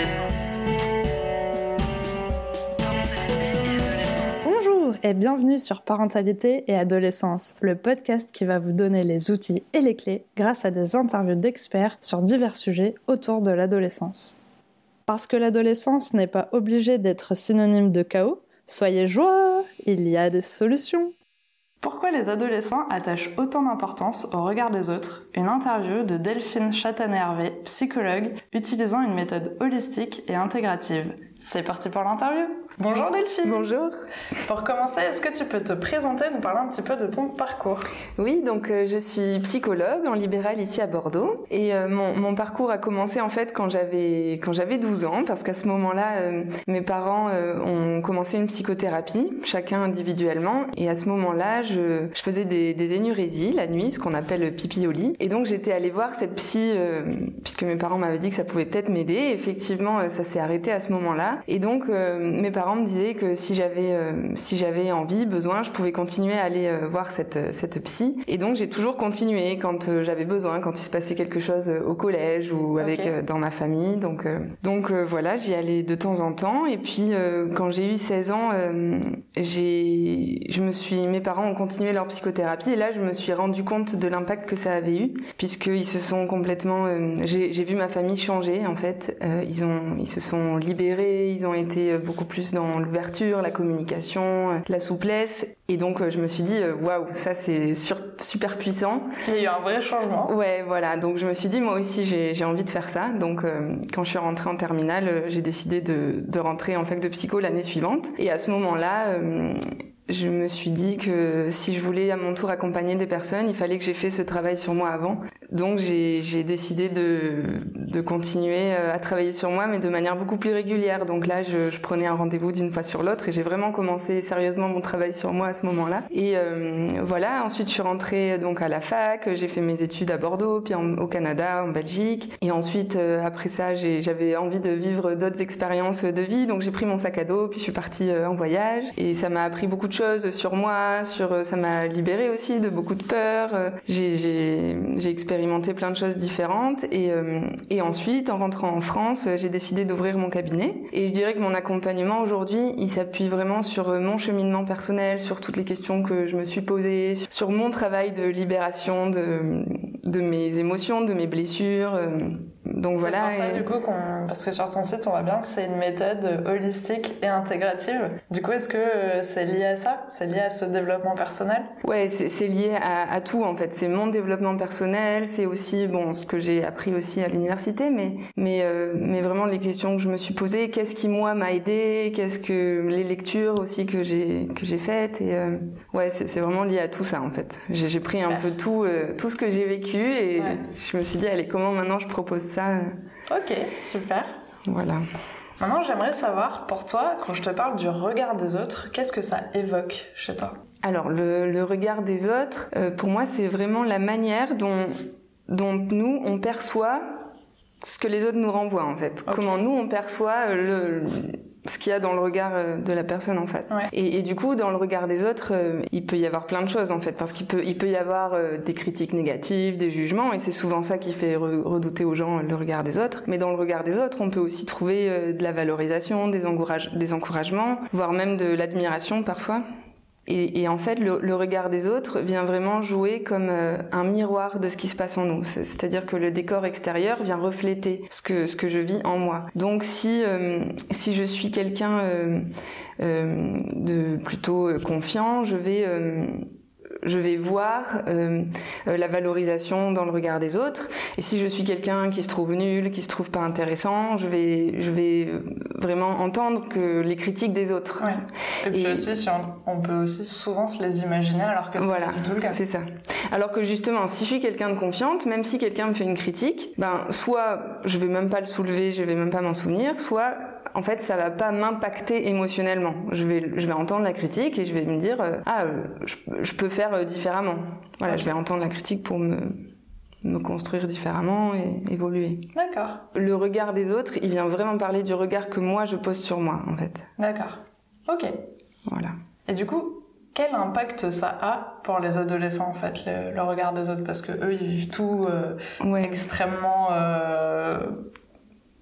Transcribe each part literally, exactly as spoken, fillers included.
l'adolescence. Bonjour et bienvenue sur Parentalité et Adolescence, le podcast qui va vous donner les outils et les clés grâce à des interviews d'experts sur divers sujets autour de l'adolescence. Parce que l'adolescence n'est pas obligée d'être synonyme de chaos, soyez joie, il y a des solutions. Pourquoi les adolescents attachent autant d'importance au regard des autres ? Une interview de Delphine Chatanet-Hervé, psychologue, utilisant une méthode holistique et intégrative. C'est parti pour l'interview. Bonjour Delphine. Bonjour. Pour commencer, est-ce que tu peux te présenter, nous parler un petit peu de ton parcours ? Oui, donc euh, je suis psychologue en libéral ici à Bordeaux et euh, mon, mon parcours a commencé en fait quand j'avais quand j'avais douze ans parce qu'à ce moment-là, euh, mes parents euh, ont commencé une psychothérapie, chacun individuellement, et à ce moment-là, je, je faisais des, des énurésies la nuit, ce qu'on appelle pipi au lit, et donc j'étais allée voir cette psy euh, puisque mes parents m'avaient dit que ça pouvait peut-être m'aider. Et effectivement, euh, ça s'est arrêté à ce moment-là, et donc euh, mes parents me disaient que si j'avais euh, si j'avais envie, besoin, je pouvais continuer à aller euh, voir cette cette psy. Et donc j'ai toujours continué quand euh, j'avais besoin, quand il se passait quelque chose euh, au collège ou avec okay. euh, dans ma famille. Donc euh, donc euh, voilà, j'y allais de temps en temps. Et puis euh, quand j'ai eu seize ans, euh, j'ai je me suis mes parents ont continué leur psychothérapie et là je me suis rendu compte de l'impact que ça avait eu, puisqu'ils se sont complètement euh, j'ai j'ai vu ma famille changer en fait. Euh, ils ont ils se sont libérés, ils ont été beaucoup plus dans l'ouverture, la communication, la souplesse, et donc je me suis dit waouh, ça c'est sur, super puissant. Il y a eu un vrai changement. Ouais, voilà, donc je me suis dit moi aussi j'ai j'ai envie de faire ça. Donc euh, quand je suis rentrée en terminale, j'ai décidé de de rentrer en fac de psycho l'année suivante, et à ce moment-là euh, je me suis dit que si je voulais à mon tour accompagner des personnes, il fallait que j'ai fait ce travail sur moi avant. Donc j'ai, j'ai décidé de, de continuer à travailler sur moi, mais de manière beaucoup plus régulière. Donc là, je, je prenais un rendez-vous d'une fois sur l'autre et j'ai vraiment commencé sérieusement mon travail sur moi à ce moment-là. Et euh, voilà, ensuite je suis rentrée donc à la fac, j'ai fait mes études à Bordeaux, puis en, au Canada, en Belgique. Et ensuite, euh, après ça, j'ai, j'avais envie de vivre d'autres expériences de vie. Donc j'ai pris mon sac à dos, puis je suis partie euh, en voyage. Et ça m'a appris beaucoup de choses sur moi, sur ça m'a libérée aussi de beaucoup de peur. J'ai j'ai j'ai expérimenté plein de choses différentes et euh, et ensuite en rentrant en France, j'ai décidé d'ouvrir mon cabinet, et je dirais que mon accompagnement aujourd'hui, il s'appuie vraiment sur mon cheminement personnel, sur toutes les questions que je me suis posées, sur mon travail de libération de de mes émotions, de mes blessures. Donc c'est voilà. C'est pour ça et... du coup qu'on, parce que sur ton site on voit bien que c'est une méthode holistique et intégrative. Du coup, est-ce que c'est lié à ça ? C'est lié à ce développement personnel ? Ouais, c'est, c'est lié à, à tout en fait. C'est mon développement personnel, c'est aussi bon ce que j'ai appris aussi à l'université, mais mais euh, mais vraiment les questions que je me suis posées, qu'est-ce qui moi m'a aidé, qu'est-ce que les lectures aussi que j'ai que j'ai faites, et euh, ouais, c'est, c'est vraiment lié à tout ça en fait. J'ai, j'ai pris un peu tout euh, tout ce que j'ai vécu et ouais. Je me suis dit allez, comment maintenant je propose ça. Ok, super. Voilà. Maintenant, j'aimerais savoir, pour toi, quand je te parle du regard des autres, qu'est-ce que ça évoque chez toi ? Alors, le, le regard des autres, euh, pour moi, c'est vraiment la manière dont, dont nous, on perçoit ce que les autres nous renvoient, en fait. Okay. Comment nous, on perçoit le... le ce qu'il y a dans le regard de la personne en face. Ouais. Et, et du coup, dans le regard des autres, euh, il peut y avoir plein de choses en fait, parce qu'il peut, il peut y avoir euh, des critiques négatives, des jugements, et c'est souvent ça qui fait re- redouter aux gens le regard des autres. Mais dans le regard des autres, on peut aussi trouver euh, de la valorisation, des, encourage- des encouragements, voire même de l'admiration parfois. Et, et en fait, le, le regard des autres vient vraiment jouer comme euh, un miroir de ce qui se passe en nous. C'est, c'est-à-dire que le décor extérieur vient refléter ce que ce que je vis en moi. Donc, si euh, si je suis quelqu'un euh, euh, de plutôt euh, confiant, je vais euh, je vais voir euh, euh, la valorisation dans le regard des autres. Et si je suis quelqu'un qui se trouve nul, qui se trouve pas intéressant, je vais, je vais vraiment entendre que les critiques des autres. Ouais. Et puis et, aussi, si on, on peut aussi souvent se les imaginer alors que c'est voilà, pas du tout le cas. C'est ça. Alors que justement, si je suis quelqu'un de confiante, même si quelqu'un me fait une critique, ben soit je vais même pas le soulever, je vais même pas m'en souvenir, soit en fait ça va pas m'impacter émotionnellement. Je vais, je vais entendre la critique et je vais me dire euh, ah euh, je, je peux faire euh, différemment. Voilà, okay. Je vais entendre la critique pour me me construire différemment et évoluer. D'accord. Le regard des autres, il vient vraiment parler du regard que moi je pose sur moi en fait. D'accord. Ok. Voilà. Et du coup, quel impact ça a pour les adolescents en fait, le, le regard des autres, parce que eux ils vivent tout euh, ouais. extrêmement euh,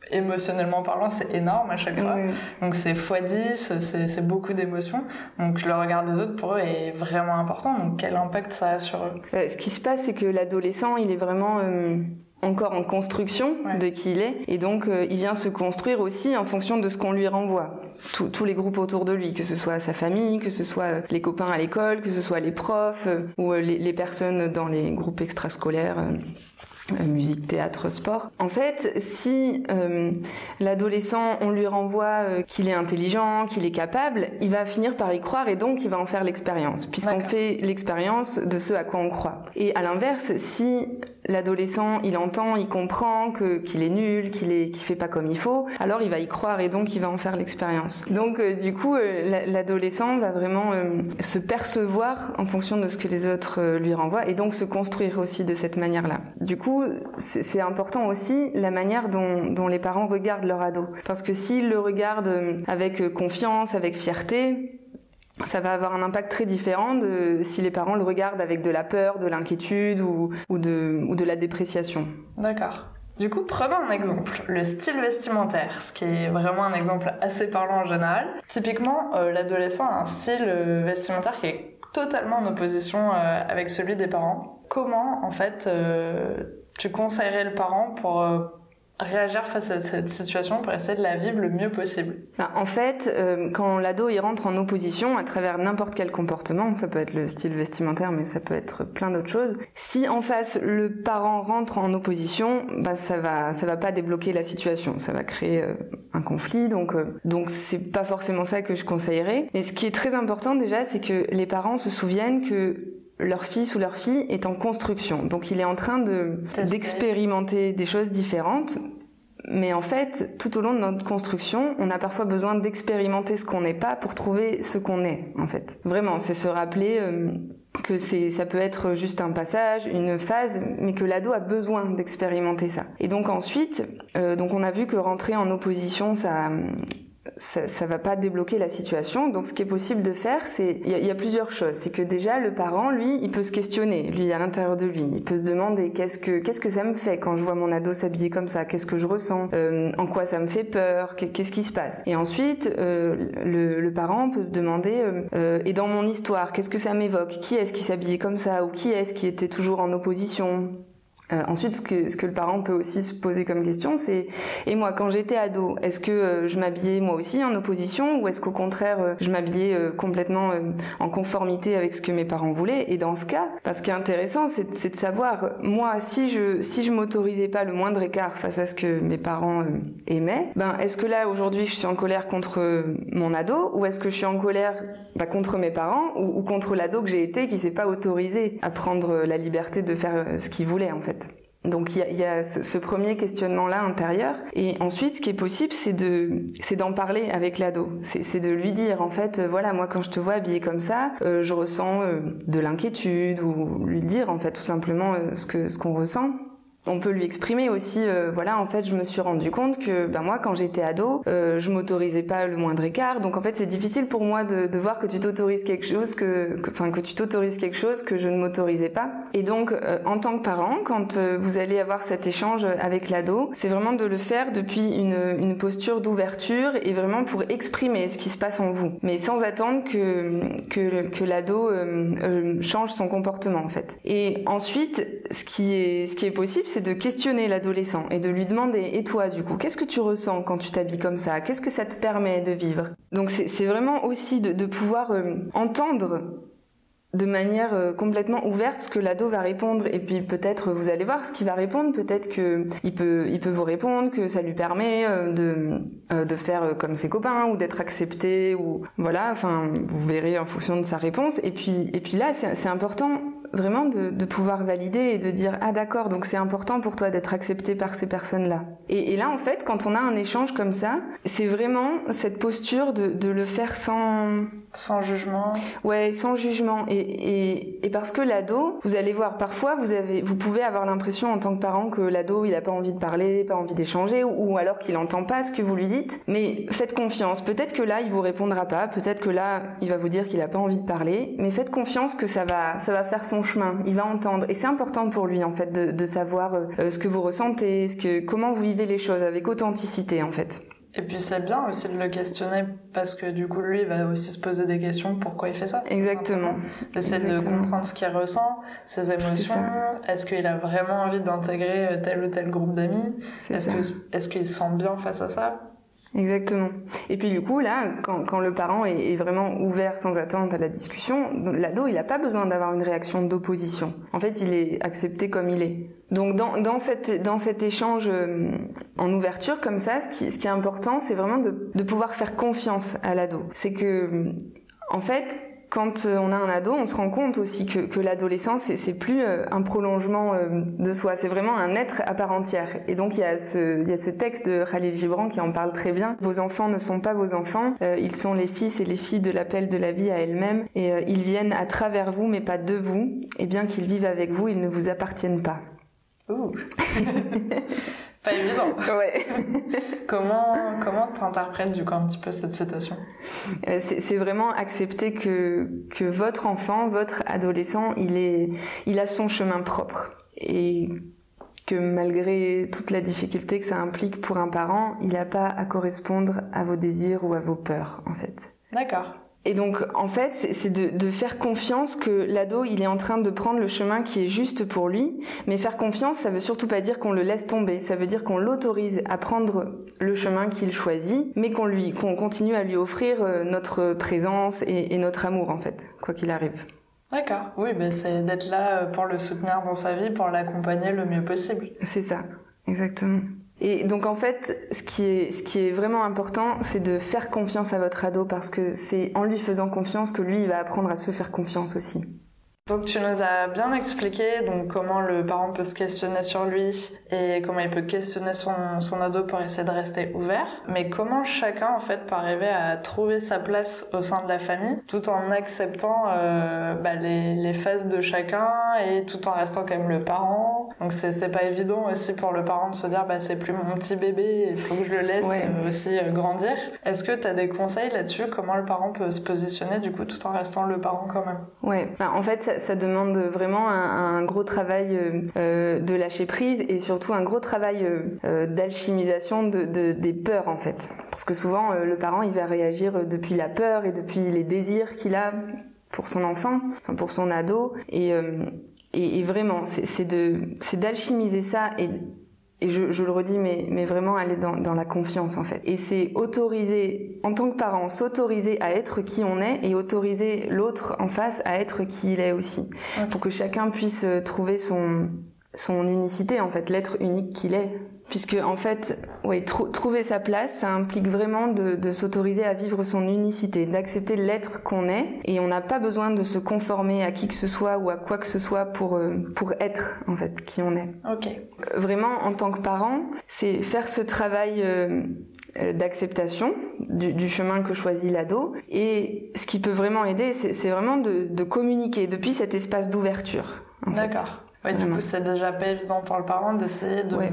émotionnellement parlant, c'est énorme à chaque fois. Oui. Donc c'est fois dix, c'est, c'est beaucoup d'émotions. Donc le regard des autres, pour eux, est vraiment important. Donc quel impact ça a sur eux? euh, Ce qui se passe, c'est que l'adolescent, il est vraiment... Euh... encore en construction ouais. de qui il est, et donc euh, il vient se construire aussi en fonction de ce qu'on lui renvoie. Tous, tous les groupes autour de lui, que ce soit sa famille, que ce soit euh, les copains à l'école, que ce soit les profs euh, ou euh, les, les personnes dans les groupes extrascolaires. Euh, Euh, musique, théâtre, sport. En fait, si euh, l'adolescent, on lui renvoie euh, qu'il est intelligent, qu'il est capable, il va finir par y croire et donc il va en faire l'expérience, puisqu'on D'accord. fait l'expérience de ce à quoi on croit. Et à l'inverse, si l'adolescent, il entend, il comprend que qu'il est nul, qu'il est qu'il fait pas comme il faut, alors il va y croire et donc il va en faire l'expérience. Donc euh, du coup, euh, l'adolescent va vraiment euh, se percevoir en fonction de ce que les autres euh, lui renvoient et donc se construire aussi de cette manière-là. Du coup, c'est, c'est important aussi la manière dont, dont les parents regardent leur ado. Parce que s'ils le regardent avec confiance, avec fierté, ça va avoir un impact très différent de si les parents le regardent avec de la peur, de l'inquiétude ou, ou, de, ou de la dépréciation. D'accord. Du coup, prenons un exemple, le style vestimentaire, ce qui est vraiment un exemple assez parlant en général. Typiquement, euh, l'adolescent a un style euh, vestimentaire qui est totalement en opposition euh, avec celui des parents. Comment, en fait, euh, tu conseillerais le parent pour euh, réagir face à cette situation, pour essayer de la vivre le mieux possible? Ben, en fait, euh, quand l'ado il rentre en opposition à travers n'importe quel comportement, ça peut être le style vestimentaire, mais ça peut être plein d'autres choses. Si en face le parent rentre en opposition, ben, ça va, ça va pas débloquer la situation, ça va créer euh, un conflit. Donc, euh, donc c'est pas forcément ça que je conseillerais. Mais ce qui est très important déjà, c'est que les parents se souviennent que leur fils ou leur fille est en construction. Donc il est en train de, d'expérimenter des choses différentes. Mais en fait, tout au long de notre construction, on a parfois besoin d'expérimenter ce qu'on n'est pas pour trouver ce qu'on est, en fait. Vraiment, c'est se rappeler euh, que c'est, ça peut être juste un passage, une phase, mais que l'ado a besoin d'expérimenter ça. Et donc ensuite, euh, donc on a vu que rentrer en opposition, ça... Ça, ça va pas débloquer la situation. Donc, ce qui est possible de faire, c'est, il y, y a plusieurs choses. C'est que déjà, le parent, lui, il peut se questionner, lui, à l'intérieur de lui. Il peut se demander qu'est-ce que, qu'est-ce que ça me fait quand je vois mon ado s'habiller comme ça? Qu'est-ce que je ressens? Euh, en quoi ça me fait peur? Qu'est-ce qui se passe? Et ensuite, euh, le, le parent peut se demander, euh, euh, et dans mon histoire, qu'est-ce que ça m'évoque? Qui est-ce qui s'habillait comme ça? Ou qui est-ce qui était toujours en opposition? Euh, ensuite, ce que, ce que le parent peut aussi se poser comme question, c'est « Et moi, quand j'étais ado, est-ce que euh, je m'habillais moi aussi en opposition ou est-ce qu'au contraire, euh, je m'habillais euh, complètement euh, en conformité avec ce que mes parents voulaient ?» Et dans ce cas, bah, ce qui est intéressant, c'est, c'est de savoir, moi, si je si je m'autorisais pas le moindre écart face à ce que mes parents euh, aimaient, ben est-ce que là, aujourd'hui, je suis en colère contre euh, mon ado ou est-ce que je suis en colère bah, contre mes parents ou, ou contre l'ado que j'ai été qui s'est pas autorisé à prendre la liberté de faire euh, ce qu'il voulait, en fait. Donc il y a, y a ce, ce premier questionnement-là intérieur. Et ensuite, ce qui est possible, c'est de, c'est d'en parler avec l'ado. C'est, c'est de lui dire, en fait, euh, voilà, moi quand je te vois habillée comme ça, euh, je ressens euh, de l'inquiétude, ou lui dire, en fait, tout simplement euh, ce que ce qu'on ressent. On peut lui exprimer aussi, euh, voilà, en fait, je me suis rendu compte que, ben moi, quand j'étais ado, euh, je m'autorisais pas le moindre écart. Donc, en fait, c'est difficile pour moi de, de voir que tu t'autorises quelque chose que, enfin, que, que tu t'autorises quelque chose que je ne m'autorisais pas. Et donc, euh, en tant que parent, quand euh, vous allez avoir cet échange avec l'ado, c'est vraiment de le faire depuis une, une posture d'ouverture et vraiment pour exprimer ce qui se passe en vous, mais sans attendre que que, que l'ado euh, euh, change son comportement, en fait. Et ensuite, ce qui est ce qui est possible, c'est de questionner l'adolescent et de lui demander « Et toi, du coup, qu'est-ce que tu ressens quand tu t'habilles comme ça? Qu'est-ce que ça te permet de vivre ?» Donc c'est, c'est vraiment aussi de, de pouvoir euh, entendre de manière euh, complètement ouverte ce que l'ado va répondre, et puis peut-être vous allez voir ce qu'il va répondre, peut-être que il peut il peut vous répondre que ça lui permet euh, de euh, de faire euh, comme ses copains ou d'être accepté, ou voilà, enfin vous verrez en fonction de sa réponse. Et puis et puis là c'est c'est important vraiment de, de pouvoir valider et de dire « Ah d'accord, donc c'est important pour toi d'être accepté par ces personnes-là. » Et, et là, en fait, quand on a un échange comme ça, c'est vraiment cette posture de, de le faire sans... Sans jugement. Ouais, sans jugement. Et, et, et parce que l'ado, vous allez voir, parfois, vous avez, vous pouvez avoir l'impression en tant que parent que l'ado, il a pas envie de parler, pas envie d'échanger, ou, ou alors qu'il entend pas ce que vous lui dites. Mais faites confiance. Peut-être que là, il vous répondra pas. Peut-être que là, il va vous dire qu'il a pas envie de parler. Mais faites confiance que ça va, ça va faire son chemin, il va entendre. Et c'est important pour lui, en fait, de, de savoir euh, ce que vous ressentez, ce que, comment vous vivez les choses avec authenticité, en fait. Et puis c'est bien aussi de le questionner parce que du coup lui il va aussi se poser des questions pourquoi il fait ça. Exactement. Essayer de comprendre ce qu'il ressent, ses émotions. Est-ce qu'il a vraiment envie d'intégrer tel ou tel groupe d'amis? Est-ce que, est-ce qu'il se sent bien face à ça? Exactement. Et puis du coup là, quand, quand le parent est, est vraiment ouvert sans attente à la discussion, l'ado il n'a pas besoin d'avoir une réaction d'opposition. En fait, il est accepté comme il est. Donc dans, dans, cette, dans cet échange euh, en ouverture comme ça, ce qui, ce qui est important, c'est vraiment de, de pouvoir faire confiance à l'ado. C'est que, en fait, quand on a un ado, on se rend compte aussi que, que l'adolescence, c'est, c'est plus un prolongement de soi, c'est vraiment un être à part entière. Et donc il y a ce, il y a ce texte de Khalil Gibran qui en parle très bien. Vos enfants ne sont pas vos enfants, euh, ils sont les fils et les filles de l'appel de la vie à elle-même, et euh, ils viennent à travers vous, mais pas de vous. Et bien qu'ils vivent avec vous, ils ne vous appartiennent pas. Ouh. Pas évident. Ouais. comment comment t'interprètes du coup un petit peu cette citation? euh, c'est, c'est vraiment accepter que que votre enfant, votre adolescent, il est il a son chemin propre et que malgré toute la difficulté que ça implique pour un parent, il n'a pas à correspondre à vos désirs ou à vos peurs en fait. D'accord. Et donc, en fait, c'est, c'est de, de faire confiance que l'ado, il est en train de prendre le chemin qui est juste pour lui. Mais faire confiance, ça veut surtout pas dire qu'on le laisse tomber. Ça veut dire qu'on l'autorise à prendre le chemin qu'il choisit, mais qu'on lui, qu'on continue à lui offrir notre présence et, et notre amour, en fait, quoi qu'il arrive. D'accord. Oui, ben c'est d'être là pour le soutenir dans sa vie, pour l'accompagner le mieux possible. C'est ça, exactement. Et donc en fait, ce qui est ce qui est vraiment important, c'est de faire confiance à votre ado parce que c'est en lui faisant confiance que lui il va apprendre à se faire confiance aussi. Donc tu nous as bien expliqué donc comment le parent peut se questionner sur lui et comment il peut questionner son, son ado pour essayer de rester ouvert. Mais comment chacun en fait peut arriver à trouver sa place au sein de la famille tout en acceptant euh, bah, les, les phases de chacun et tout en restant quand même le parent. Donc c'est, c'est pas évident aussi pour le parent de se dire bah c'est plus mon petit bébé, il faut que je le laisse ouais. euh, aussi euh, grandir. Est-ce que tu as des conseils là-dessus, comment le parent peut se positionner du coup tout en restant le parent quand même? Ouais, bah, en fait ça, ça demande vraiment un, un gros travail euh, de lâcher prise et surtout un gros travail euh, d'alchimisation de, de, des peurs en fait. Parce que souvent euh, le parent il va réagir depuis la peur et depuis les désirs qu'il a pour son enfant, enfin pour son ado et euh, Et, et vraiment, c'est, c'est de, c'est d'alchimiser ça et, et je, je le redis, mais, mais vraiment aller dans, dans la confiance en fait. Et c'est autoriser, en tant que parent, s'autoriser à être qui on est et autoriser l'autre en face à être qui il est aussi, okay. Pour que chacun puisse trouver son, son unicité en fait, l'être unique qu'il est. Puisque en fait, ouais, tr- trouver sa place, ça implique vraiment de, de s'autoriser à vivre son unicité, d'accepter l'être qu'on est, et on n'a pas besoin de se conformer à qui que ce soit ou à quoi que ce soit pour euh, pour être en fait qui on est. Ok. Vraiment, en tant que parent, c'est faire ce travail euh, d'acceptation du, du chemin que choisit l'ado, et ce qui peut vraiment aider, c'est, c'est vraiment de, de communiquer depuis cet espace d'ouverture. D'accord. Ouais, du coup, c'est déjà pas évident pour le parent d'essayer de ouais.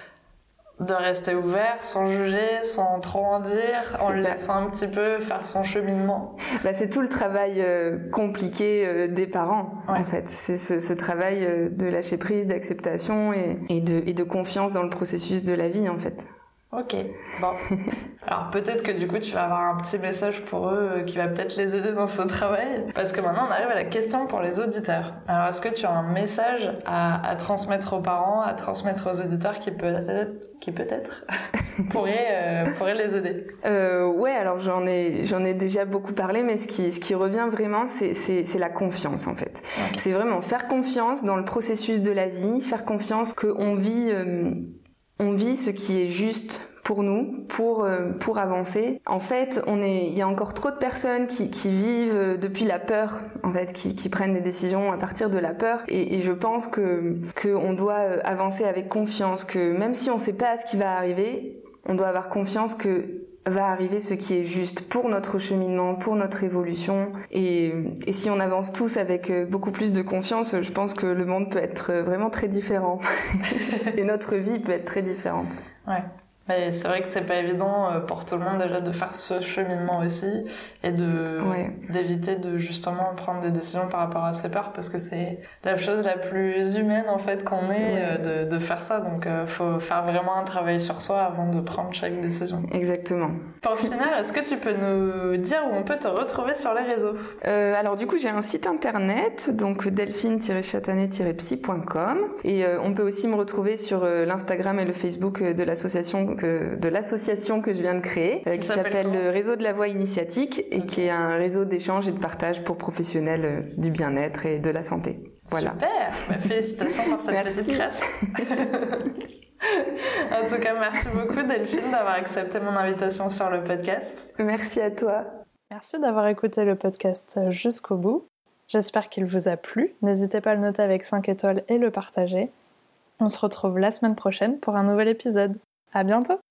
de rester ouvert, sans juger, sans trop en dire, en c'est le ça. Laissant un petit peu faire son cheminement. Bah, c'est tout le travail euh, compliqué euh, des parents, ouais. En fait. C'est ce, ce travail euh, de lâcher prise, d'acceptation et, et, de, et de confiance dans le processus de la vie, en fait. Ok, bon. Alors peut-être que du coup tu vas avoir un petit message pour eux euh, qui va peut-être les aider dans ce travail. Parce que maintenant on arrive à la question pour les auditeurs. Alors est-ce que tu as un message à, à transmettre aux parents, à transmettre aux auditeurs qui peut-être, qui peut-être pourrait, euh, pourrait les aider? euh, Ouais, alors j'en ai, j'en ai déjà beaucoup parlé, mais ce qui, ce qui revient vraiment, c'est, c'est, c'est la confiance en fait. Okay. C'est vraiment faire confiance dans le processus de la vie, faire confiance qu'on vit... Euh, On vit ce qui est juste pour nous, pour euh, pour avancer. En fait, on est, il y a encore trop de personnes qui qui vivent depuis la peur, en fait, qui qui prennent des décisions à partir de la peur. Et, et je pense que que on doit avancer avec confiance, que même si on sait pas ce qui va arriver, on doit avoir confiance que va arriver ce qui est juste pour notre cheminement, pour notre évolution. Et, et si on avance tous avec beaucoup plus de confiance, je pense que le monde peut être vraiment très différent. Et notre vie peut être très différente. Ouais. Et c'est vrai que c'est pas évident pour tout le monde déjà de faire ce cheminement aussi et de ouais. d'éviter de justement prendre des décisions par rapport à ses peurs parce que c'est la chose la plus humaine en fait qu'on ait ouais. de, de faire ça. Donc euh, faut faire vraiment un travail sur soi avant de prendre chaque décision. Exactement. Pour finir, est-ce que tu peux nous dire où on peut te retrouver sur les réseaux? euh, Alors du coup j'ai un site internet, donc delphine tiret chatanet tiret psy point com, et euh, on peut aussi me retrouver sur euh, l'Instagram et le Facebook de l'association que, de l'association que je viens de créer, euh, qui, qui s'appelle le Réseau de la Voix Initiatique et okay. qui est un réseau d'échange et de partage pour professionnels euh, du bien-être et de la santé. Voilà. Super, bah, félicitations pour cette Merci. petite création. En tout cas, merci beaucoup Delphine d'avoir accepté mon invitation sur le podcast. Merci à toi. Merci d'avoir écouté le podcast jusqu'au bout. J'espère qu'il vous a plu. N'hésitez pas à le noter avec cinq étoiles et le partager. On se retrouve la semaine prochaine pour un nouvel épisode. À bientôt!